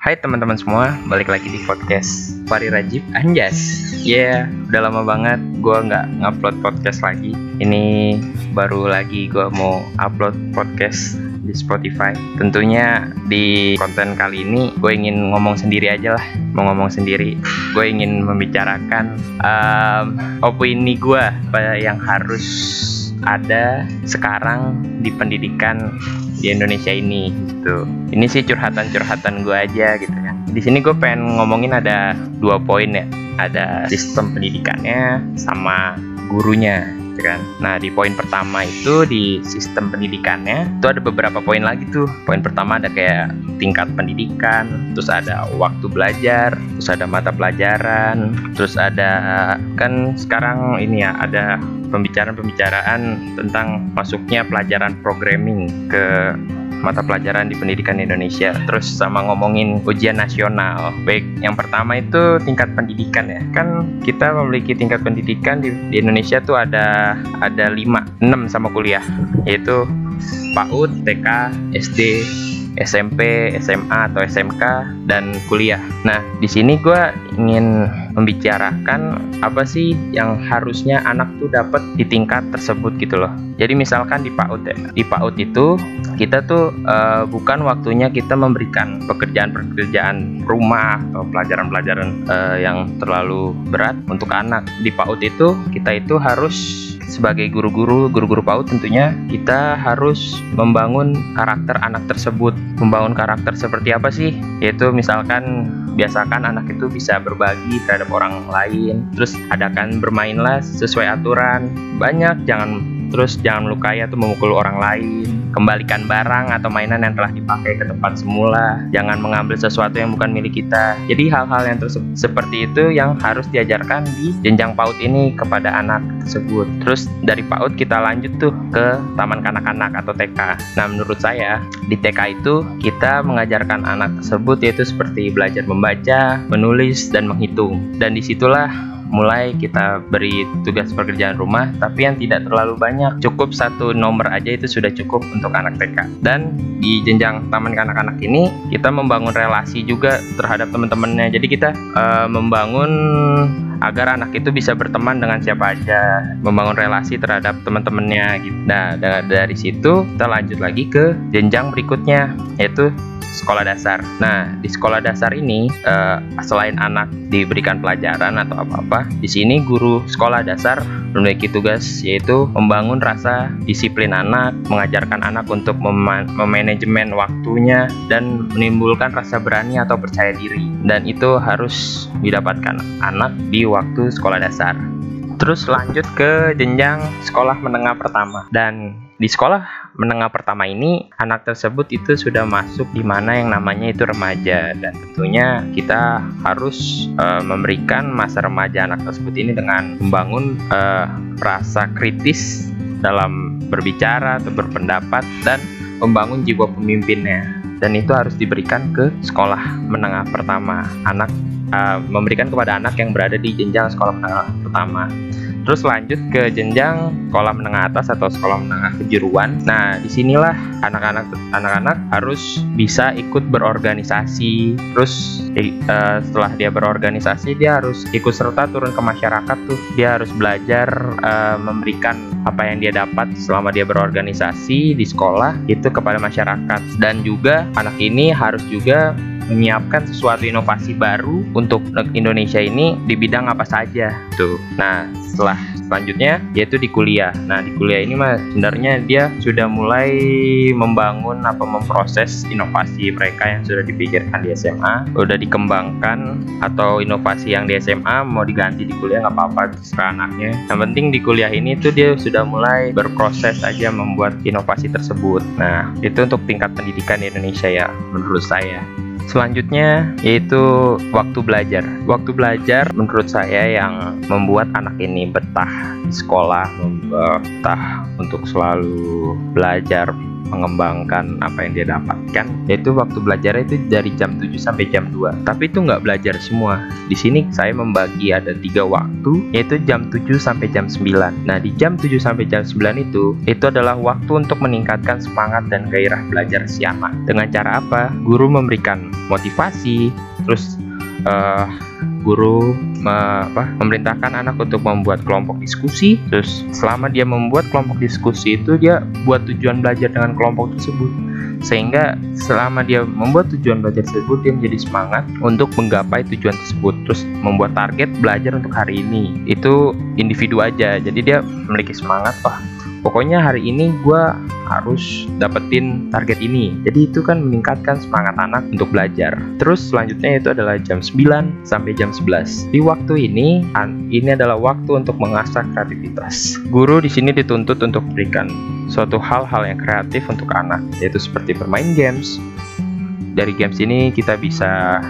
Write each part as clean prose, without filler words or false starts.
Hai teman-teman semua, balik lagi di podcast Fahri Rajib Anjas. Udah lama banget gue nggak ngupload podcast lagi. Ini baru lagi gue mau upload podcast di Spotify. Tentunya di konten kali ini gue ingin ngomong sendiri aja lah. Mau ngomong sendiri, gue ingin membicarakan opini gue apa yang harus ada sekarang di pendidikan di Indonesia ini gitu. Ini sih curhatan gue aja gitu ya. Di sini gue pengen ngomongin ada 2 poin ya. Ada sistem pendidikannya sama gurunya gitu kan. Nah, di poin pertama itu di sistem pendidikannya itu ada beberapa poin lagi tuh. Poin pertama ada kayak tingkat pendidikan, terus ada waktu belajar, terus ada mata pelajaran, terus ada kan sekarang ini ya ada pembicaraan tentang masuknya pelajaran programming ke mata pelajaran di pendidikan Indonesia. Terus sama ngomongin ujian nasional. Baik, yang pertama itu tingkat pendidikan ya. Kan kita memiliki tingkat pendidikan di Indonesia tuh ada 6 sama kuliah, yaitu PAUD, TK, SD, SMP, SMA atau SMK dan kuliah. Nah, di sini gue ingin membicarakan apa sih yang harusnya anak tuh dapat di tingkat tersebut gitu loh. Jadi misalkan di PAUD ya. Di PAUD itu kita tuh bukan waktunya kita memberikan pekerjaan rumah atau pelajaran-pelajaran yang terlalu berat untuk anak. Di PAUD itu kita itu harus sebagai guru-guru PAUD tentunya kita harus membangun karakter anak tersebut. Membangun karakter seperti apa sih? Yaitu misalkan biasakan anak itu bisa berbagi terhadap orang lain. Terus adakan bermainlah sesuai aturan. Jangan melukai atau memukul orang lain. Kembalikan barang atau mainan yang telah dipakai ke tempat semula. Jangan mengambil sesuatu yang bukan milik kita. Jadi hal-hal yang seperti itu yang harus diajarkan di jenjang PAUD ini kepada anak tersebut. Terus dari PAUD kita lanjut tuh ke taman kanak-kanak atau TK. Nah, menurut saya di TK itu kita mengajarkan anak tersebut yaitu seperti belajar membaca, menulis, dan menghitung. Dan disitulah mulai kita beri tugas pekerjaan rumah, tapi yang tidak terlalu banyak, cukup 1 nomor aja itu sudah cukup untuk anak TK. Dan di jenjang taman kanak-kanak ini kita membangun relasi juga terhadap teman-temannya. Jadi kita membangun agar anak itu bisa berteman dengan siapa aja, membangun relasi terhadap teman-temannya gitu. Nah, dari situ kita lanjut lagi ke jenjang berikutnya, yaitu sekolah dasar. Nah, di sekolah dasar ini selain anak diberikan pelajaran atau apa-apa, di sini guru sekolah dasar memiliki tugas yaitu membangun rasa disiplin anak, mengajarkan anak untuk memanajemen waktunya dan menimbulkan rasa berani atau percaya diri. Dan itu harus didapatkan anak di waktu sekolah dasar. Terus lanjut ke jenjang sekolah menengah pertama. Dan di sekolah menengah pertama ini anak tersebut itu sudah masuk di mana yang namanya itu remaja, dan tentunya kita harus memberikan masa remaja anak tersebut ini dengan membangun rasa kritis dalam berbicara atau berpendapat dan membangun jiwa pemimpinnya. Dan itu harus diberikan ke sekolah menengah pertama. Memberikan kepada anak yang berada di jenjang sekolah menengah pertama. Terus lanjut ke jenjang sekolah menengah atas atau sekolah menengah kejuruan. Nah, disinilah anak-anak harus bisa ikut berorganisasi. Terus setelah dia berorganisasi, dia harus ikut serta turun ke masyarakat tuh. Dia harus belajar memberikan apa yang dia dapat selama dia berorganisasi di sekolah itu kepada masyarakat. Dan juga anak ini harus juga menyiapkan sesuatu inovasi baru untuk Indonesia ini di bidang apa saja tuh. Nah, selanjutnya yaitu di kuliah. Nah, di kuliah ini mah sebenarnya dia sudah mulai memproses inovasi mereka yang sudah dipikirkan di SMA, udah dikembangkan, atau inovasi yang di SMA mau diganti di kuliah nggak apa-apa, terserah anaknya. Yang penting di kuliah ini tuh dia sudah mulai berproses aja membuat inovasi tersebut. Nah, itu untuk tingkat pendidikan di Indonesia ya, menurut saya. Selanjutnya yaitu waktu belajar. Waktu belajar menurut saya yang membuat anak ini betah di sekolah, betah untuk selalu belajar mengembangkan apa yang dia dapatkan, yaitu waktu belajarnya itu dari jam 7 sampai jam 2. Tapi itu nggak belajar semua. Di sini saya membagi ada 3 waktu, yaitu jam 7 sampai jam 9. Nah, di jam 7 sampai jam 9 itu adalah waktu untuk meningkatkan semangat dan gairah belajar si anak. Dengan cara apa? Guru memberikan motivasi, terus guru memerintahkan anak untuk membuat kelompok diskusi. Terus selama dia membuat kelompok diskusi itu, dia buat tujuan belajar dengan kelompok tersebut, sehingga selama dia membuat tujuan belajar tersebut, dia menjadi semangat untuk menggapai tujuan tersebut. Terus membuat target belajar untuk hari ini, itu individu aja, jadi dia memiliki semangat, pokoknya hari ini gue harus dapetin target ini. Jadi itu kan meningkatkan semangat anak untuk belajar. Terus selanjutnya itu adalah jam 9 sampai jam 11. Di waktu ini adalah waktu untuk mengasah kreativitas. Guru di sini dituntut untuk berikan suatu hal-hal yang kreatif untuk anak, yaitu seperti bermain games. Dari games ini kita bisa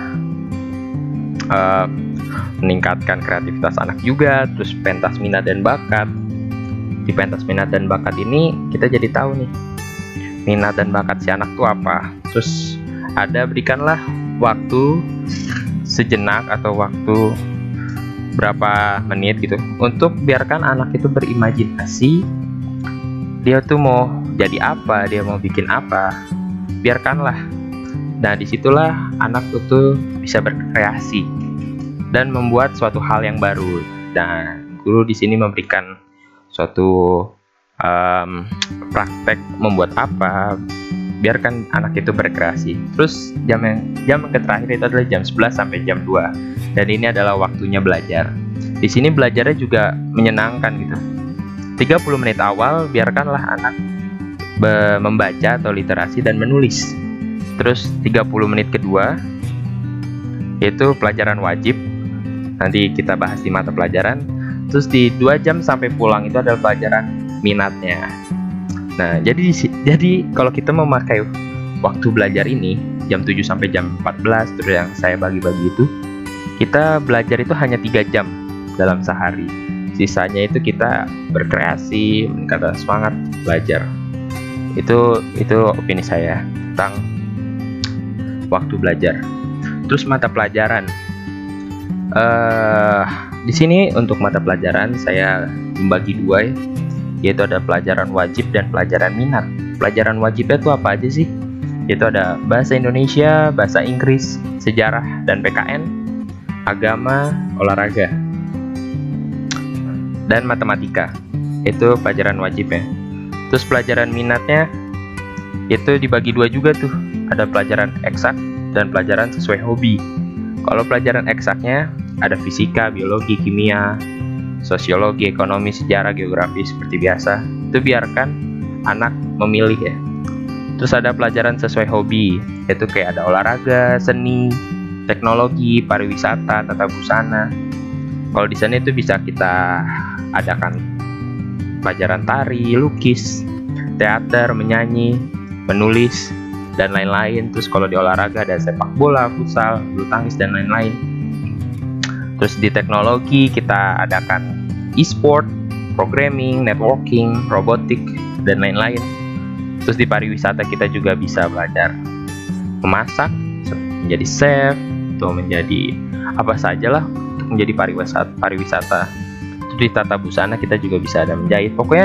meningkatkan kreativitas anak juga. Terus pentas minat dan bakat. Di pentas minat dan bakat ini kita jadi tahu nih minat dan bakat si anak tuh apa. Terus berikanlah waktu sejenak atau waktu berapa menit gitu untuk biarkan anak itu berimajinasi. Dia tuh mau jadi apa, dia mau bikin apa, biarkanlah. Nah, disitulah anak itu bisa berkreasi dan membuat suatu hal yang baru. Nah, guru di sini memberikan suatu praktek membuat apa, biarkan anak itu berkreasi. Terus jam yang terakhir itu adalah jam 11 sampai jam 2, dan ini adalah waktunya belajar. Di sini belajarnya juga menyenangkan gitu. 30 menit awal biarkanlah anak membaca atau literasi dan menulis. Terus 30 menit kedua yaitu pelajaran wajib, nanti kita bahas di mata pelajaran. Terus di 2 jam sampai pulang itu adalah pelajaran minatnya. Nah, jadi kalau kita memakai waktu belajar ini jam 7 sampai jam 14, terus yang saya bagi-bagi itu, kita belajar itu hanya 3 jam dalam sehari. Sisanya itu kita berkreasi, meningkatkan semangat belajar. Itu opini saya tentang waktu belajar. Terus mata pelajaran. Di sini untuk mata pelajaran saya membagi 2, yaitu ada pelajaran wajib dan pelajaran minat. Pelajaran wajibnya itu apa aja sih? Yaitu ada bahasa Indonesia, bahasa Inggris, sejarah dan PKN, agama, olahraga, dan matematika. Itu pelajaran wajibnya. Terus pelajaran minatnya itu dibagi 2 juga tuh. Ada pelajaran eksak dan pelajaran sesuai hobi. Kalau pelajaran eksaknya ada fisika, biologi, kimia, sosiologi, ekonomi, sejarah, geografi seperti biasa. Itu biarkan anak memilih ya. Terus ada pelajaran sesuai hobi, yaitu kayak ada olahraga, seni, teknologi, pariwisata, tata busana. Kalau di sana itu bisa kita adakan pelajaran tari, lukis, teater, menyanyi, menulis, dan lain-lain. Terus kalau di olahraga ada sepak bola, futsal, bulu tangkis, dan lain-lain. Terus di teknologi kita adakan e-sport, programming, networking, robotik, dan lain-lain. Terus di pariwisata kita juga bisa belajar memasak, menjadi chef, atau menjadi apa sajalah untuk menjadi pariwisata. Terus di tata busana kita juga bisa ada menjahit. Pokoknya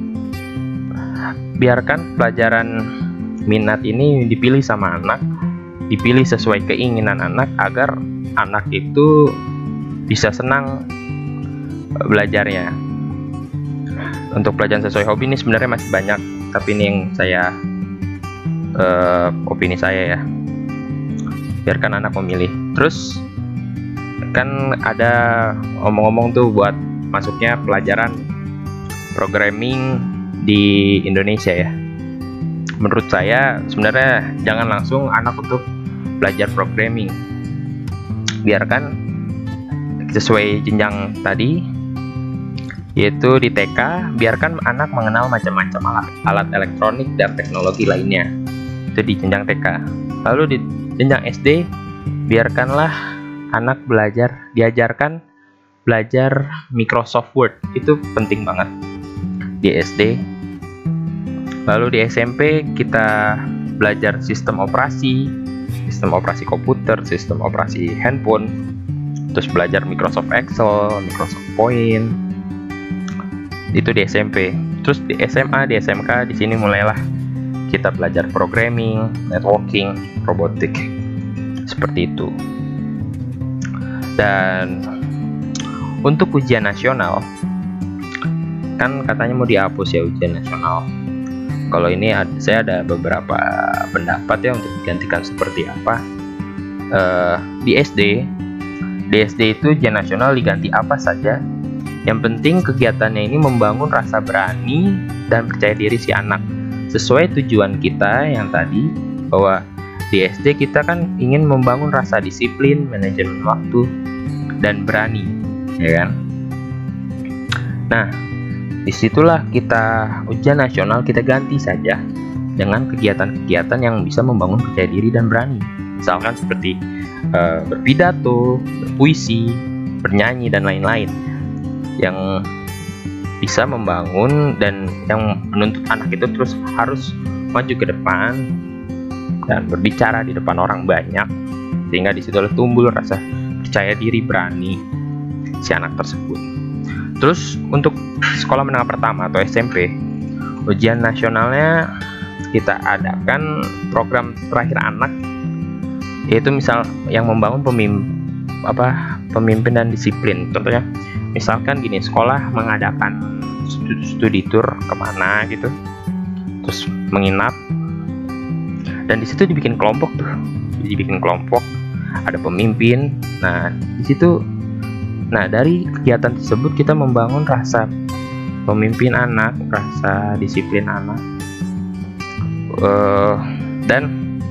biarkan pelajaran minat ini dipilih sama anak, dipilih sesuai keinginan anak agar anak itu bisa senang belajarnya. Untuk pelajaran sesuai hobi ini sebenarnya masih banyak, tapi ini yang saya opini saya ya. Biarkan anak memilih. Terus kan ada omong-omong tuh buat masuknya pelajaran programming di Indonesia ya. Menurut saya sebenarnya jangan langsung anak untuk belajar programming. Biarkan sesuai jenjang tadi, yaitu di TK biarkan anak mengenal macam-macam alat elektronik dan teknologi lainnya. Itu di jenjang TK. Lalu di jenjang SD biarkanlah anak diajarkan belajar Microsoft Word. Itu penting banget di SD. Lalu di SMP kita belajar sistem operasi komputer, sistem operasi handphone, terus belajar Microsoft Excel, Microsoft Point. Itu di SMP. Terus di SMA, di SMK, di sini mulailah kita belajar programming, networking, robotik. Seperti itu. Dan untuk ujian nasional, kan katanya mau dihapus ya ujian nasional. Kalau ini saya ada beberapa pendapat ya untuk digantikan seperti apa. Di SD itu ujian nasional diganti apa saja. Yang penting kegiatannya ini membangun rasa berani dan percaya diri si anak. Sesuai tujuan kita yang tadi, bahwa di SD kita kan ingin membangun rasa disiplin, manajemen waktu, dan berani, ya kan? Nah, disitulah kita ujian nasional kita ganti saja dengan kegiatan-kegiatan yang bisa membangun percaya diri dan berani. Misalkan seperti berpidato, berpuisi, bernyanyi, dan lain-lain yang bisa membangun dan yang menuntut anak itu terus harus maju ke depan dan berbicara di depan orang banyak, sehingga disitu tumbuh rasa percaya diri, berani si anak tersebut. Terus untuk sekolah menengah pertama atau SMP, ujian nasionalnya kita adakan program terakhir anak, yaitu misal yang membangun pemimpin dan disiplin. Contohnya misalkan gini, sekolah mengadakan studi tour kemana gitu, terus menginap, dan di situ dibikin kelompok, ada pemimpin. Nah di situ, dari kegiatan tersebut kita membangun rasa pemimpin anak, rasa disiplin anak, dan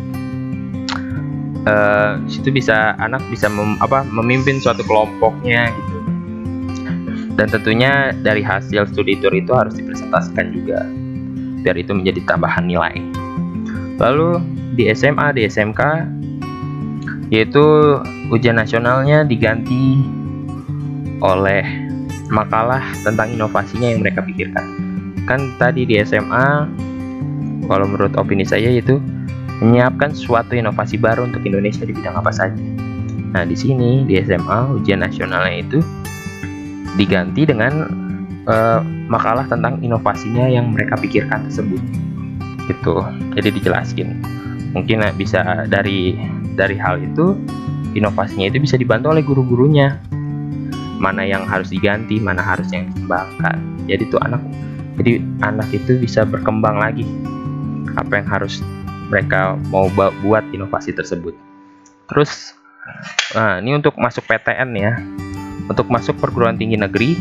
situ anak bisa memimpin suatu kelompoknya gitu. Dan tentunya dari hasil studi tour itu harus dipresentasikan juga, biar itu menjadi tambahan nilai. Lalu di SMA, di SMK, yaitu ujian nasionalnya diganti oleh makalah tentang inovasinya yang mereka pikirkan. Kan tadi di SMA, kalau menurut opini saya, itu menyiapkan suatu inovasi baru untuk Indonesia di bidang apa saja. Nah di sini di SMA ujian nasionalnya itu diganti dengan makalah tentang inovasinya yang mereka pikirkan tersebut. Gitu. Jadi dijelaskan. Mungkin bisa dari hal itu, inovasinya itu bisa dibantu oleh guru-gurunya. Mana yang harus diganti, mana harus yang dikembangkan. Jadi anak itu bisa berkembang lagi apa yang harus mereka mau buat inovasi tersebut. Terus ini untuk masuk PTN ya. Untuk masuk perguruan tinggi negeri,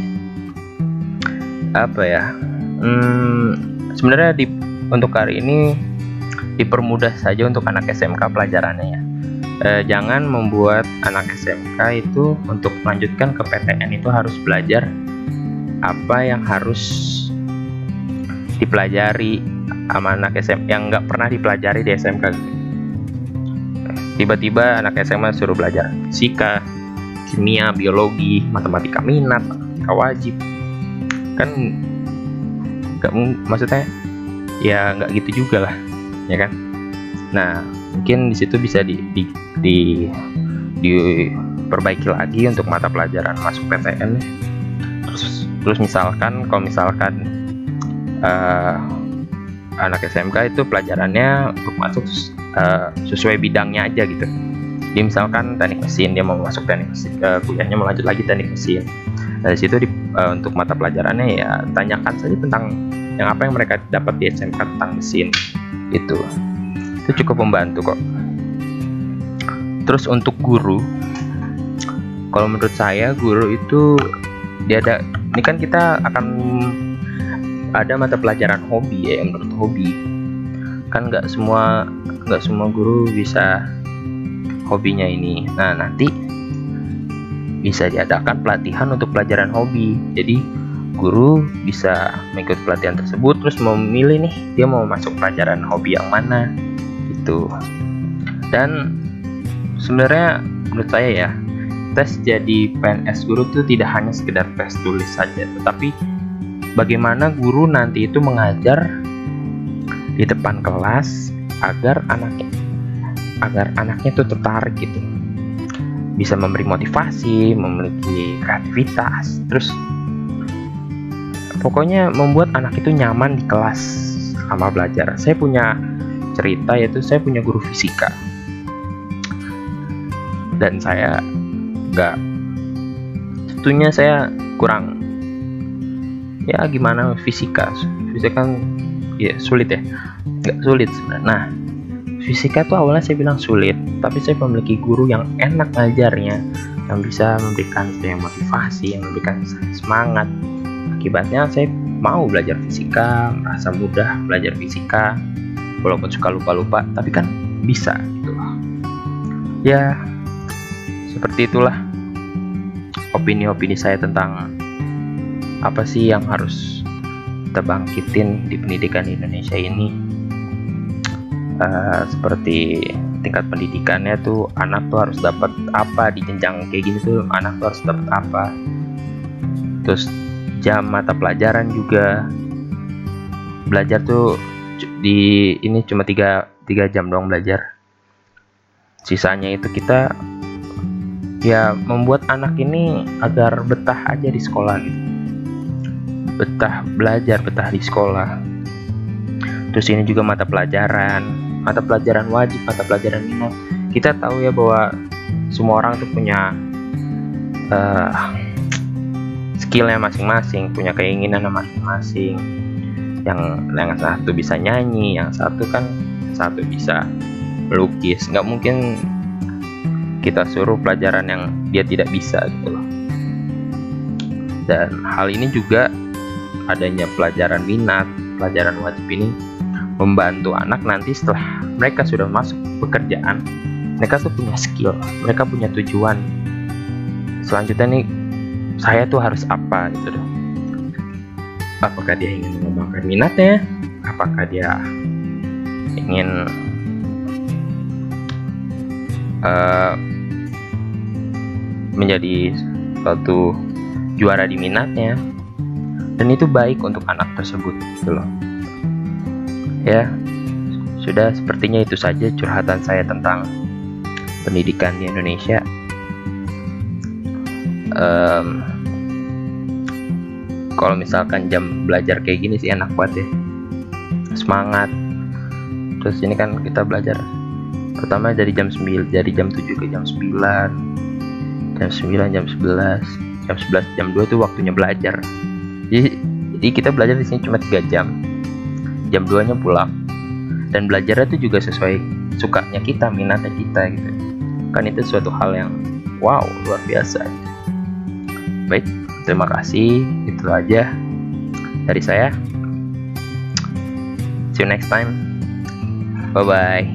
sebenarnya untuk hari ini dipermudah saja untuk anak SMK pelajarannya ya. Jangan membuat anak SMK itu untuk melanjutkan ke PTN itu harus belajar apa yang harus dipelajari sama anak SMK yang nggak pernah dipelajari di SMK. Tiba-tiba anak SMA suruh belajar fisika, kimia, biologi, matematika minat, matematika wajib, kan maksudnya ya nggak gitu juga lah, ya kan? Nah mungkin di situ bisa diperbaiki lagi untuk mata pelajaran masuk PTN. Terus misalkan kalau anak SMK itu pelajarannya untuk masuk sesuai bidangnya aja gitu. Dia misalkan teknik mesin, dia mau masuk teknik mesin, kuliahnya mau lanjut lagi teknik mesin. Dari situ untuk mata pelajarannya ya tanyakan saja tentang apa yang mereka dapat di SMK tentang mesin gitu. Itu cukup membantu kok. Terus untuk guru, kalau menurut saya guru itu ini kan kita akan ada mata pelajaran hobi ya, yang menurut hobi kan nggak semua guru bisa hobinya ini. Nah nanti bisa diadakan pelatihan untuk pelajaran hobi. Jadi guru bisa mengikuti pelatihan tersebut, terus memilih nih dia mau masuk pelajaran hobi yang mana gitu. Dan sebenarnya menurut saya ya, tes jadi PNS guru itu tidak hanya sekedar tes tulis saja, tetapi bagaimana guru nanti itu mengajar di depan kelas agar anaknya tuh tertarik gitu, bisa memberi motivasi, memiliki kreativitas, terus pokoknya membuat anak itu nyaman di kelas sama belajar. Saya punya cerita, yaitu saya punya guru fisika dan saya tentunya saya kurang gimana, fisika kan sulit ya, nggak sulit sebenarnya. Nah, fisika tuh awalnya saya bilang sulit, tapi saya memiliki guru yang enak ngajarnya, yang bisa memberikan saya motivasi, yang memberikan saya semangat. Akibatnya saya mau belajar fisika, merasa mudah belajar fisika, walaupun suka lupa-lupa, tapi kan bisa gitu loh. Ya, seperti itulah opini-opini saya tentang apa sih yang harus kita bangkitin di pendidikan Indonesia ini. Seperti tingkat pendidikannya tuh, anak tuh harus dapat apa di jenjang kayak gini tuh, anak tuh harus dapat apa. Terus jam mata pelajaran juga, belajar tuh di ini cuma 3 jam doang belajar, sisanya itu kita membuat anak ini agar betah aja di sekolah gitu, betah belajar, betah di sekolah. Terus ini juga mata pelajaran wajib, mata pelajaran minat. Kita tahu ya bahwa semua orang tuh punya skillnya masing-masing, punya keinginan masing-masing. Yang satu bisa nyanyi, yang satu bisa melukis. Nggak mungkin kita suruh pelajaran yang dia tidak bisa gitu loh. Dan hal ini juga adanya pelajaran minat, pelajaran wajib ini membantu anak nanti setelah mereka sudah masuk pekerjaan, mereka tuh punya skill, mereka punya tujuan. Selanjutnya nih, saya tuh harus apa gitu loh. Apakah dia ingin mengembangkan minatnya? Apakah dia ingin menjadi suatu juara di minatnya? Dan itu baik untuk anak tersebut gitu loh. Ya, sudah, sepertinya itu saja curhatan saya tentang pendidikan di Indonesia. Kalau misalkan jam belajar kayak gini sih enak banget ya, semangat. Terus ini kan kita belajar pertama dari jam 9, dari jam 7 ke jam 9, jam 9, jam 11, jam 11, jam 2 itu waktunya belajar. Jadi kita belajar di sini cuma 3 jam. Jam 2-nya pulang. Dan belajarnya itu juga sesuai sukanya kita, minatnya kita gitu. Kan itu suatu hal yang wow, luar biasa. Baik, terima kasih. Itu aja dari saya. See you next time. Bye bye.